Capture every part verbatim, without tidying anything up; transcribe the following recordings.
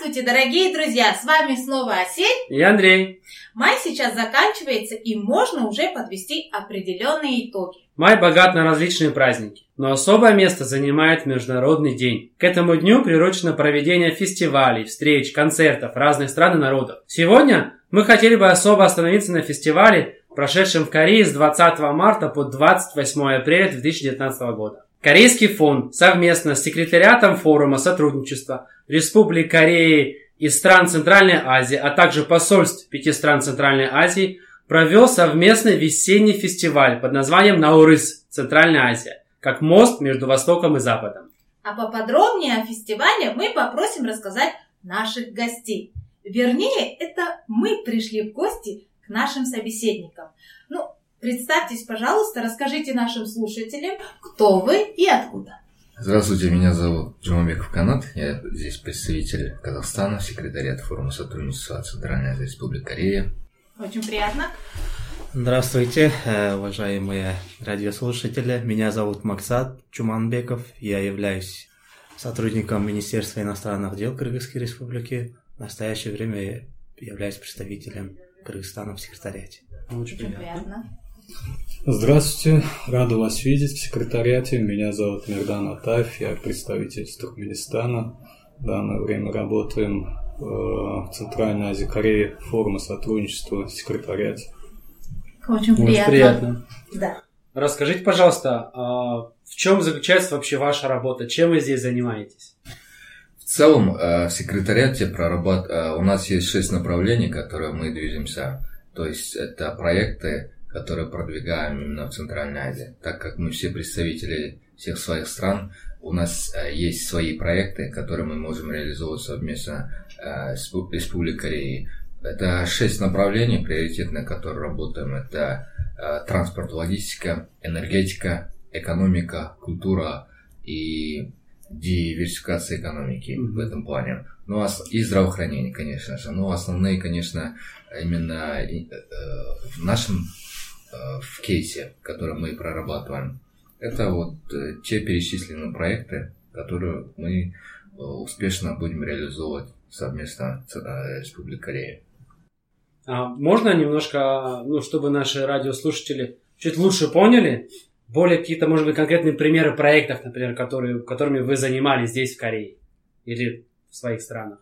Здравствуйте, дорогие друзья! С вами снова Асель и Андрей. Май сейчас заканчивается, и можно уже подвести определенные итоги. Май богат на различные праздники, но особое место занимает Международный день. К этому дню приурочено проведение фестивалей, встреч, концертов разных стран и народов. Сегодня мы хотели бы особо остановиться на фестивале, прошедшем в Корее с двадцатого марта по двадцать восьмое апреля две тысячи девятнадцатого года. Корейский фонд совместно с секретариатом форума сотрудничества Республик Кореи и стран Центральной Азии, а также посольств пяти стран Центральной Азии провел совместный весенний фестиваль под названием «Наурыз. Центральная Азия», как мост между Востоком и Западом. А поподробнее о фестивале мы попросим рассказать наших гостей. Вернее, это мы пришли в гости к нашим собеседникам. Ну, представьтесь, пожалуйста, расскажите нашим слушателям, кто вы и откуда. Здравствуйте, меня зовут Джумабеков Канат, я здесь представитель Казахстана, секретариат форума сотрудничества Центральной Азии Республики Корея. Очень приятно. Здравствуйте, уважаемые радиослушатели, меня зовут Максат Чуманбеков, я являюсь сотрудником Министерства иностранных дел Кыргызской Республики, в настоящее время являюсь представителем Кыргызстана в секретариате. Очень, Очень приятно. Здравствуйте, рада вас видеть в секретариате. Меня зовут Мирдан Атаев, я представитель из Туркменистана. В данное время работаем в Центральной Азии Кореи форума сотрудничества в секретариате. Очень приятно. Очень приятно. Да. Расскажите, пожалуйста, в чем заключается вообще ваша работа? Чем вы здесь занимаетесь? В целом, в секретариате проработ... у нас есть шесть направлений, которые мы движемся. То есть это проекты, которые продвигаем именно в Центральной Азии. Так как мы все представители всех своих стран, у нас есть свои проекты, которые мы можем реализовывать совместно с Республикой Кореи. Это шесть направлений приоритетных, которые работаем. Это транспорт, логистика, энергетика, экономика, культура и диверсификация экономики mm-hmm. в этом плане. Ну, и здравоохранение, конечно же. Но основные, конечно, именно в нашем в кейсе, который мы прорабатываем, это вот те перечисленные проекты, которые мы успешно будем реализовывать совместно с Республикой Корея. А можно немножко, ну, чтобы наши радиослушатели чуть лучше поняли, более какие-то, может быть, конкретные примеры проектов, например, которые, которыми вы занимались здесь, в Корее или в своих странах?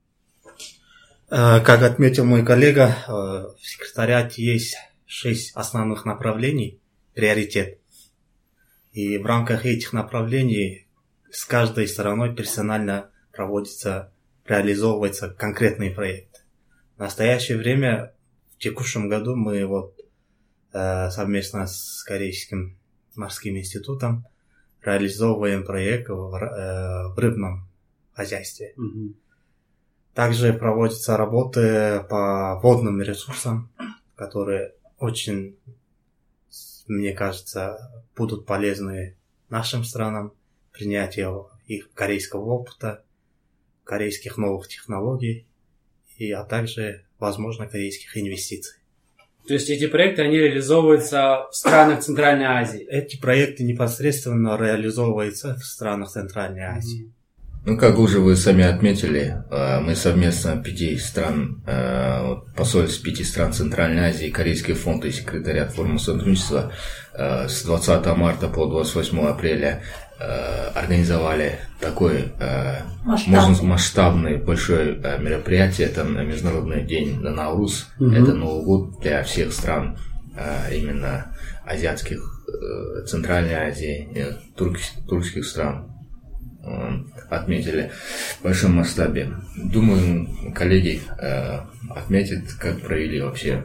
Как отметил мой коллега, в секретариате есть шесть основных направлений, приоритет. И в рамках этих направлений с каждой стороной персонально проводится, реализовывается конкретный проект. В настоящее время, в текущем году, мы вот э, совместно с Корейским морским институтом реализовываем проект в, э, в рыбном хозяйстве. Mm-hmm. Также проводятся работы по водным ресурсам, которые очень, мне кажется, будут полезны нашим странам, принятие их корейского опыта, корейских новых технологий, и, а также, возможно, корейских инвестиций. То есть эти проекты, они реализовываются в странах Центральной Азии? Эти проекты непосредственно реализовываются в странах Центральной Азии. Mm-hmm. Ну, как уже вы сами отметили, мы совместно пяти стран, посольств пяти стран Центральной Азии, Корейский фонд и секретариат форума сотрудничества с двадцатого марта по двадцать восьмое апреля организовали такой можно, масштабный большой мероприятие. Это Международный день Наурыз. Mm-hmm. Это Новый год для всех стран именно азиатских, Центральной Азии, туркских, туркских стран. Отметили в большом масштабе. Думаю, коллеги э, отметят, как провели вообще.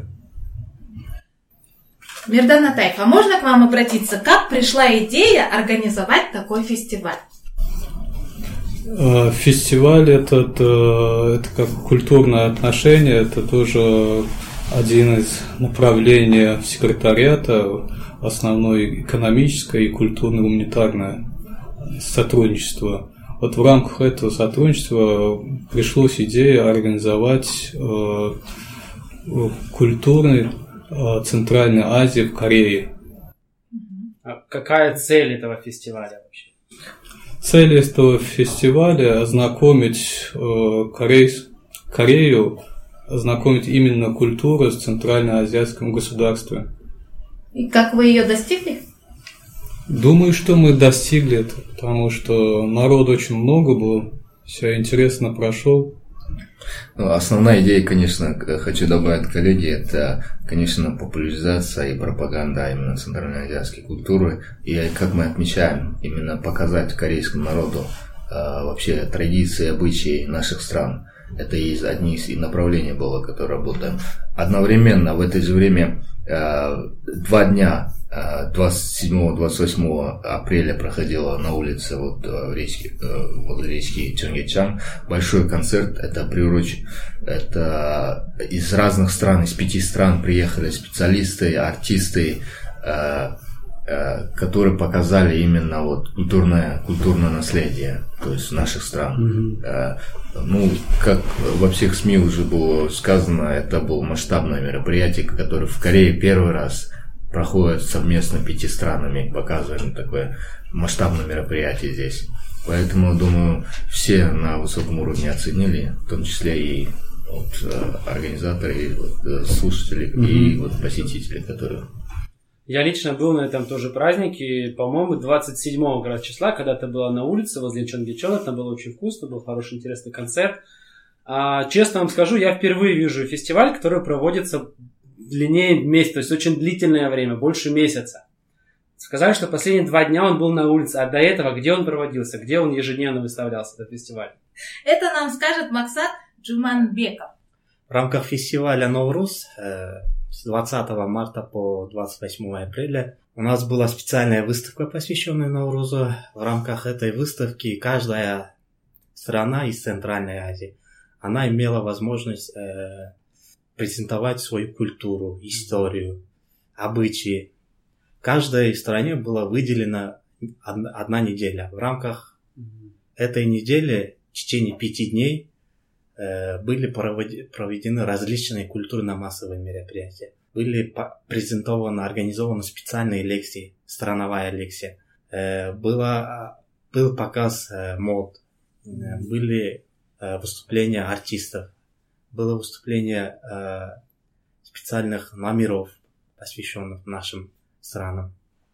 Мирдан Атаев, а можно к вам обратиться? Как пришла идея организовать такой фестиваль? Фестиваль этот, это как культурное отношение, это тоже один из направлений секретариата, основное экономическое и культурно-гуманитарное сотрудничество. Вот в рамках этого сотрудничества пришлась идея организовать э, культурный э, Центральной Азии в Корее. А какая цель этого фестиваля вообще? Цель этого фестиваля – ознакомить э, Корейс, Корею, ознакомить именно культуру с центральноазиатским государством. И как вы ее достигли? Думаю, что мы достигли этого, потому что народу очень много было, все интересно прошел. Ну, основная идея, конечно, хочу добавить, коллеги, это, конечно, популяризация и пропаганда именно центральноазиатской культуры. И, как мы отмечаем, именно показать корейскому народу э, вообще традиции, обычаи наших стран. Это из одни из направлений было, которые работаем. Одновременно в это же время э, два дня, э, двадцать седьмого — двадцать восьмого апреля проходила на улице вот, в речке, э, возле речки Чонгечан большой концерт. Это приурочен. Это из разных стран, из пяти стран приехали специалисты, артисты, э, которые показали именно вот культурное, культурное наследие, то есть наших стран. Mm-hmm. Ну, как во всех СМИ уже было сказано, это было масштабное мероприятие, которое в Корее первый раз проходит совместно пяти странами, показываем такое масштабное мероприятие здесь. Поэтому, думаю, все на высоком уровне оценили, в том числе и вот, организаторы, и вот, слушатели, mm-hmm. и вот, посетители, которые... Я лично был на этом тоже празднике, по-моему, двадцать седьмого как раз числа, когда ты была на улице возле Чонгечона, там было очень вкусно, был хороший, интересный концерт. А, честно вам скажу, я впервые вижу фестиваль, который проводится длиннее месяца, то есть очень длительное время, больше месяца. Сказали, что последние два дня он был на улице, а до этого где он проводился, где он ежедневно выставлялся, этот фестиваль? Это нам скажет Максат Джуманбеков. В рамках фестиваля Наурус с двадцатого марта по двадцать восьмого апреля у нас была специальная выставка, посвященная Наурузу. В рамках этой выставки каждая страна из Центральной Азии, она имела возможность э, презентовать свою культуру, историю, обычаи. Каждой стране была выделена одна неделя. В рамках этой недели в течение пяти дней были проведены различные культурно-массовые мероприятия. Были презентованы, организованы специальные лекции, страновая лекция. Было, был показ мод, были выступления артистов, было выступление специальных номеров, посвященных нашим странам.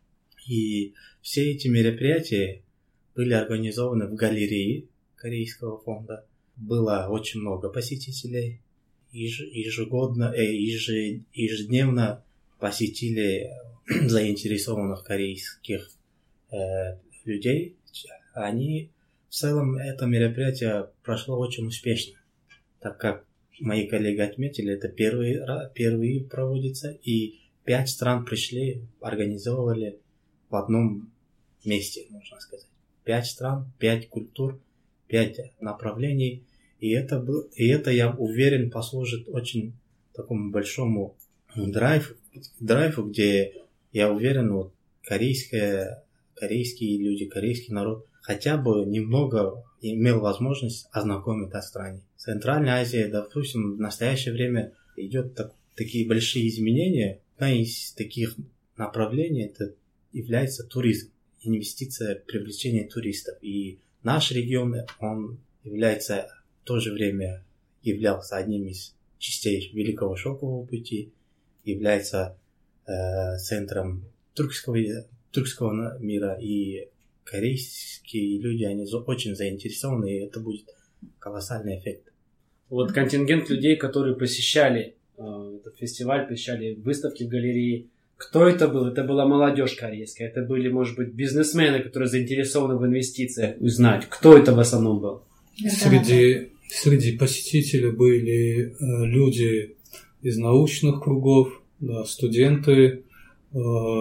И все эти мероприятия были организованы в галерее Корейского фонда. Было очень много посетителей. Ежегодно, э, ежедневно посетили заинтересованных корейских э, людей. Они в целом это мероприятие прошло очень успешно, так как мои коллеги отметили, это первый, первый проводится, и пять стран пришли, организовывали в одном месте, можно сказать. Пять стран, пять культур, пять направлений. И это, и это, я уверен, послужит очень такому большому драйву, драйву, где, я уверен, вот, корейская, корейские люди, корейский народ хотя бы немного имел возможность ознакомиться о стране. Центральная Азия, допустим, в настоящее время идет так, такие большие изменения. Одна из таких направлений это является туризм, инвестиция, привлечение туристов. И наш регион, он является в то же время являлся одним из частей Великого Шелкового пути, является э, центром тюркского, тюркского мира, и корейские люди, они очень заинтересованы, и это будет колоссальный эффект. Вот контингент людей, которые посещали э, этот фестиваль, посещали выставки в галерее, кто это был? Это была молодежь корейская, это были, может быть, бизнесмены, которые заинтересованы в инвестициях, узнать, кто это в основном был? Среди, среди посетителей были э, люди из научных кругов, да, студенты э,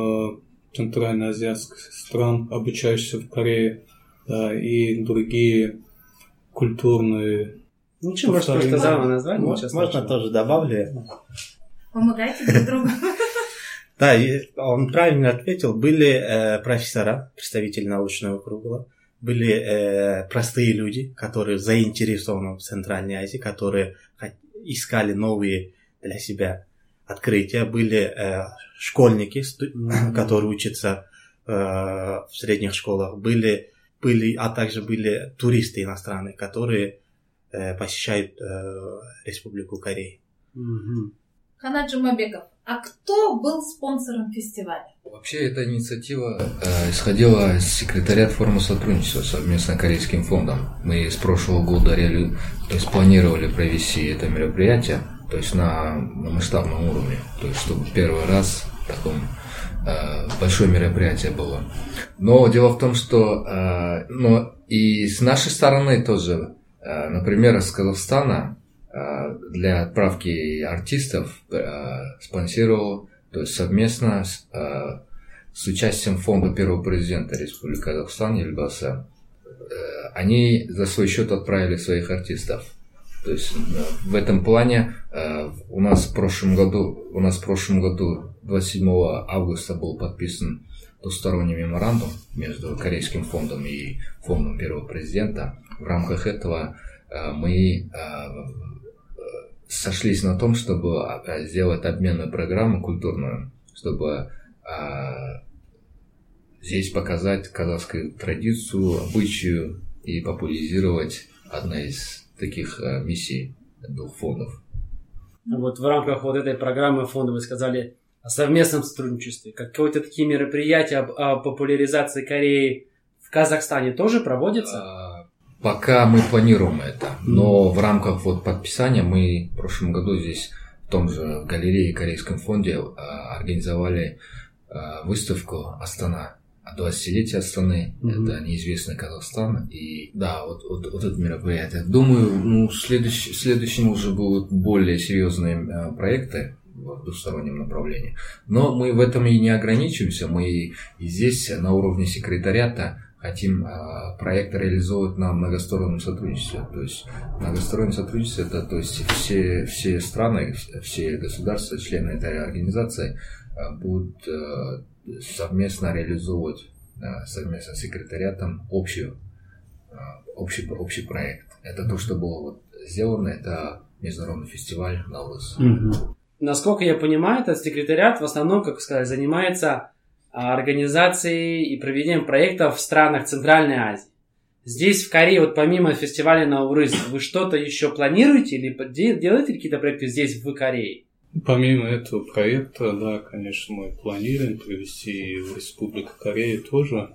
центральноазиатских стран, обучающиеся в Корее, да, и другие культурные... Ничего, может, просто заново назвать? Можно тоже добавлю. Помогайте друг другу. Да, он правильно ответил. Были э, профессора, представители научного круга, были э, простые люди, которые заинтересованы в Центральной Азии, которые искали новые для себя открытия. Были э, школьники, сту- mm-hmm. которые учатся э, в средних школах. Были были, а также были туристы иностранные, которые э, посещают э, Республику Корея. Угу. Канат Джумабеков, а кто был спонсором фестиваля? Вообще эта инициатива э, исходила из секретариата форума сотрудничества совместно с Корейским фондом. Мы с прошлого года реали... то есть, планировали провести это мероприятие, то есть на, на масштабном уровне, то есть чтобы первый раз в таком э, большое мероприятие было. Но дело в том, что э, но и с нашей стороны тоже, э, например, из Казахстана э, для отправки артистов э, спонсировал, то есть совместно с, э, с участием фонда первого президента Республики Казахстан Елбасы, э, они за свой счет отправили своих артистов. То есть в этом плане э, у нас в прошлом году, у нас в прошлом году двадцать седьмого августа был подписан двусторонний меморандум между Корейским фондом и фондом первого президента. В рамках этого э, мы э, сошлись на том, чтобы сделать обменную программу культурную, чтобы э, здесь показать казахскую традицию, обычаю и популяризировать одна из таких а, миссий двух фондов. Вот в рамках вот этой программы фонда вы сказали о совместном сотрудничестве. Какие-то такие мероприятия о, о популяризации Кореи в Казахстане тоже проводятся? А, пока мы планируем это, но mm. в рамках вот подписания мы в прошлом году здесь в том же в галерее Корейском фонде а, организовали а, выставку «Астана». двадцатилетие Астаны, mm-hmm. это неизвестный Казахстан, и да, вот, вот, вот это мероприятие. Думаю, ну, в следующем, в следующем уже будут более серьезные э, проекты в двустороннем направлении. Но мы в этом и не ограничиваемся, мы и здесь на уровне секретариата хотим э, проект реализовывать на многостороннем сотрудничестве. То есть многостороннее сотрудничество, это то есть все, все страны, все государства, члены этой организации э, будут э, совместно реализовывать совместно с секретариатом общий, общий, общий проект. Это то, что было вот сделано, это международный фестиваль «Наурыз». Угу. Насколько я понимаю, этот секретариат в основном, как сказать, занимается организацией и проведением проектов в странах Центральной Азии. Здесь, в Корее, вот помимо фестиваля «Наурыз», вы что-то еще планируете или делаете какие-то проекты здесь, в Корее? Помимо этого проекта, да, конечно, мы планируем провести в Республику Корея тоже.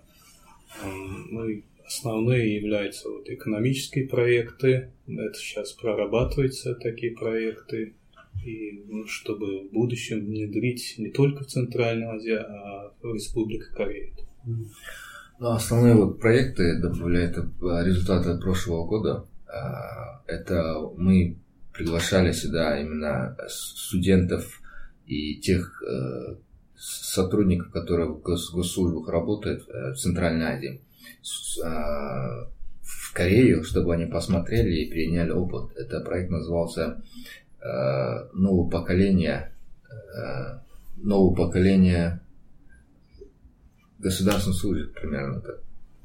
Мы, основные являются вот экономические проекты. Это сейчас прорабатываются такие проекты. И ну, чтобы в будущем внедрить не только в Центральной Азии, а в Республику Корея. Ну, основные вот проекты, добавляют результаты прошлого года, это мы приглашали сюда именно студентов и тех э, сотрудников, которые в гос- госслужбах работают э, в Центральной Азии, с, э, в Корею, чтобы они посмотрели и переняли опыт. Этот проект назывался э, «Новое поколение, э, новое поколение государственных служб», примерно так.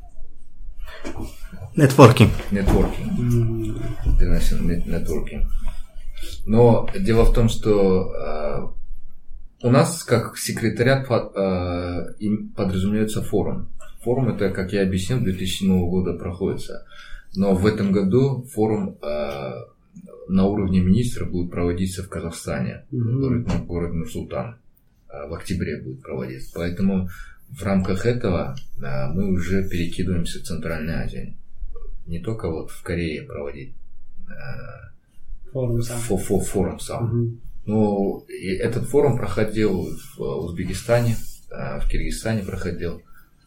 Нетворкинг. Нетворкинг. Нетворкинг. Но дело в том, что э, у нас, как секретариат, под, э, им подразумевается форум. Форум, это, как я объяснил, две тысячи седьмого года проходится. Но в этом году форум э, на уровне министра будет проводиться в Казахстане, mm-hmm. в городе, в городе Нур-Султан. Э, в октябре будет проводиться. Поэтому в рамках этого э, мы уже перекидываемся в Центральную Азию. Не только вот в Корее проводить э, форум сам. Фо, фо, форум сам. Угу. Ну, и этот форум проходил в Узбекистане, в Киргизстане проходил.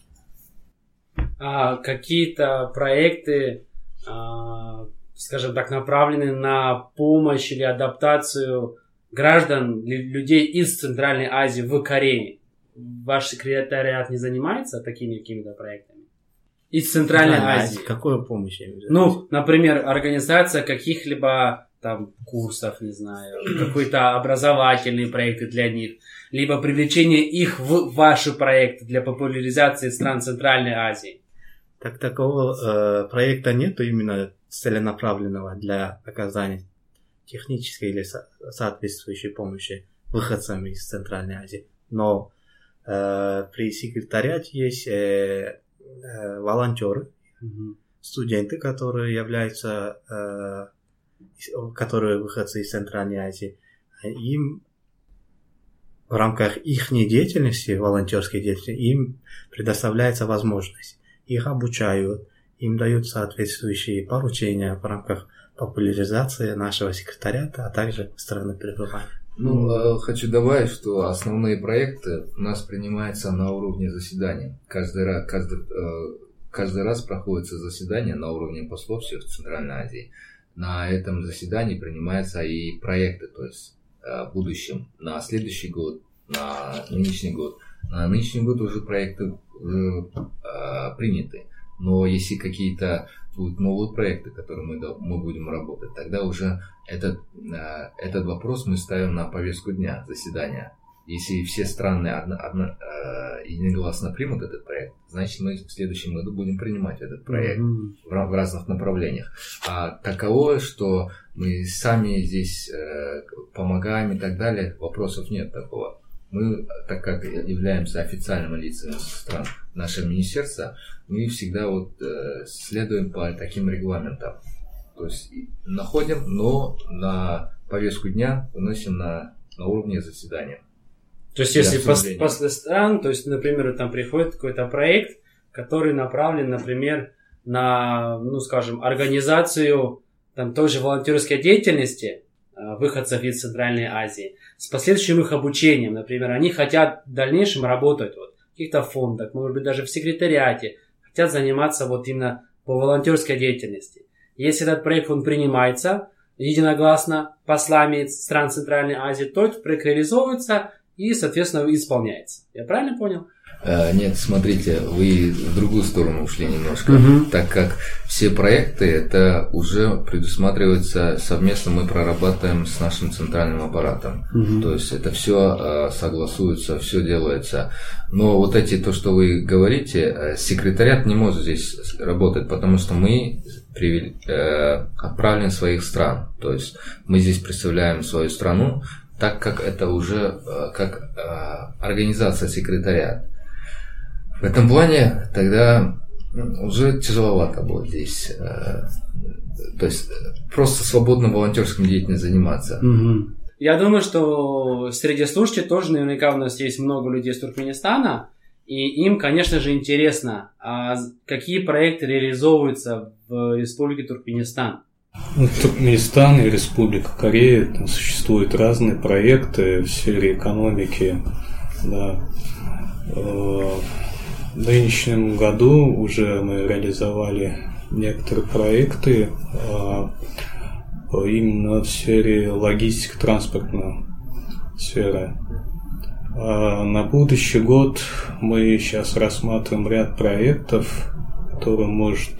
А какие-то проекты, скажем так, направлены на помощь или адаптацию граждан, людей из Центральной Азии в Корее? Ваш секретариат не занимается такими какими-то проектами? Из Центральной да, Азии. Какую помощь? Ну, например, организация каких-либо там курсов, не знаю, какой-то образовательные проекты для них, либо привлечение их в ваши проекты для популяризации стран Центральной Азии. Так такого э, проекта нету именно целенаправленного для оказания технической или со- соответствующей помощи выходцам из Центральной Азии. Но э, при секретариате есть э, волонтеры Mm-hmm. Студенты, которые являются, э, которые выходцы из Центральной Азии, им в рамках их деятельности, волонтерской деятельности, им предоставляется возможность. Их обучают, им дают соответствующие поручения в рамках популяризации нашего секретариата, а также страны пребывания. Ну, хочу добавить, что основные проекты у нас принимаются на уровне заседания. Каждый раз, каждый, каждый раз проходится заседание на уровне послов всех Центральной Азии. На этом заседании принимаются и проекты, то есть в будущем, на следующий год, на нынешний год. На нынешний год уже проекты уже, э, приняты. Но если какие-то будут новые проекты, которые мы, мы будем работать, тогда уже этот, э, этот вопрос мы ставим на повестку дня заседания. Если все страны одно, одно, э, единогласно примут этот проект, значит мы в следующем году будем принимать этот проект mm-hmm. в, в разных направлениях. А таковое, что мы сами здесь э, помогаем и так далее, вопросов нет такого. Мы, так как являемся официальными лицами стран нашего министерства, мы всегда вот э, следуем по таким регламентам. То есть находим, но на повестку дня выносим на, на уровне заседания. То есть, если пос- после стран, то есть, например, там приходит какой-то проект, который направлен, например, на, ну, скажем, организацию там той же волонтерской деятельности э, выходцев из Центральной Азии, с последующим их обучением, например, они хотят в дальнейшем работать вот, в каких-то фондах, может быть, даже в секретариате, хотят заниматься вот именно по волонтерской деятельности. Если этот проект, он принимается единогласно послами стран Центральной Азии, то этот проект реализовывается и, соответственно, исполняется. Я правильно понял? А, нет, смотрите, вы в другую сторону ушли немножко, uh-huh. так как все проекты, это уже предусматривается совместно, мы прорабатываем с нашим центральным аппаратом. Uh-huh. То есть это все а, согласуется, все делается. Но вот эти, то, что вы говорите, секретариат не может здесь работать, потому что мы привели, э, отправлены в своих стран. То есть мы здесь представляем свою страну, так как это уже э, как э, организация секретариат. В этом плане тогда уже тяжеловато было здесь. Э, то есть просто свободно волонтерским деятельностью заниматься. Угу. Я думаю, что среди слушателей тоже наверняка у нас есть много людей из Туркменистана, и им, конечно же, интересно, а какие проекты реализовываются в Республике Туркменистан. Туркменистан и Республика Корея, там существуют разные проекты в сфере экономики. Да. В нынешнем году уже мы реализовали некоторые проекты именно в сфере логистики, транспортной сферы. На будущий год мы сейчас рассматриваем ряд проектов, которые может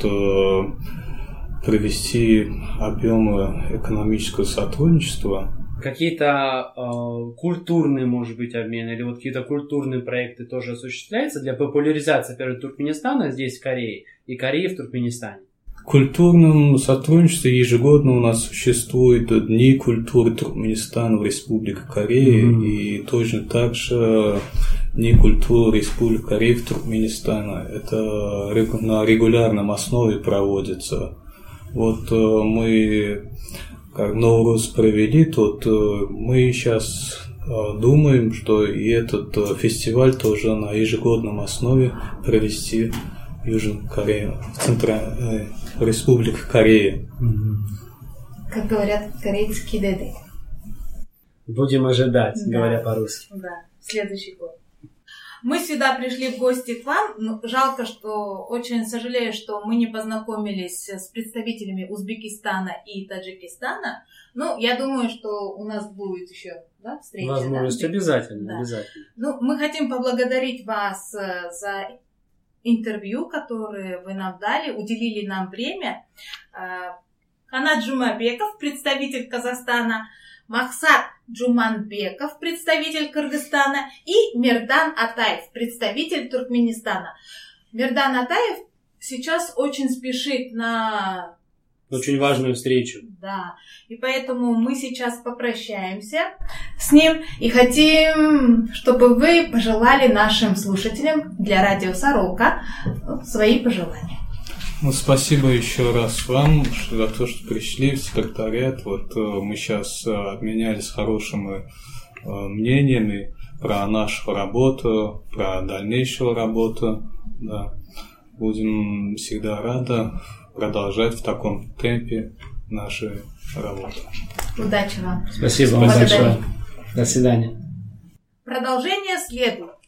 привести объемы экономического сотрудничества. Какие-то э, культурные, может быть, обмены, или вот какие-то культурные проекты тоже осуществляются для популяризации, например, Туркменистана здесь, в Корее, и Кореи в Туркменистане? В культурном сотрудничестве ежегодно у нас существуют Дни культуры Туркменистана в Республике Корея, mm-hmm. и точно так же Дни культуры Республики Корея в Туркменистане. Это на регулярном основе проводится. Вот мы, как Ноурус провели, тут мы сейчас думаем, что и этот фестиваль тоже на ежегодном основе провести в Южной Корее, в Центральной Республике Корея. Как говорят корейцы, кидеды. Будем ожидать, да. говоря по-русски. Да, следующий год. Мы сюда пришли в гости к вам. Ну, жалко, что очень сожалею, что мы не познакомились с представителями Узбекистана и Таджикистана. Ну, я думаю, что у нас будет еще да, встреча. Возможность да? обязательно, да. обязательно. Ну, мы хотим поблагодарить вас за интервью, которое вы нам дали, уделили нам время. Канат Джумабеков, представитель Казахстана, Махсат Джуманбеков, представитель Кыргызстана, и Мердан Атаев, представитель Туркменистана. Мердан Атаев сейчас очень спешит на... Очень важную встречу. Да, и поэтому мы сейчас попрощаемся с ним и хотим, чтобы вы пожелали нашим слушателям для радио Сорока свои пожелания. Ну, спасибо еще раз вам за то, что пришли в секретариат. Вот мы сейчас обменялись хорошими мнениями про нашу работу, про дальнейшую работу. Да. Будем всегда рады продолжать в таком темпе нашу работу. Удачи вам. Спасибо вам большое. До свидания. Продолжение следует.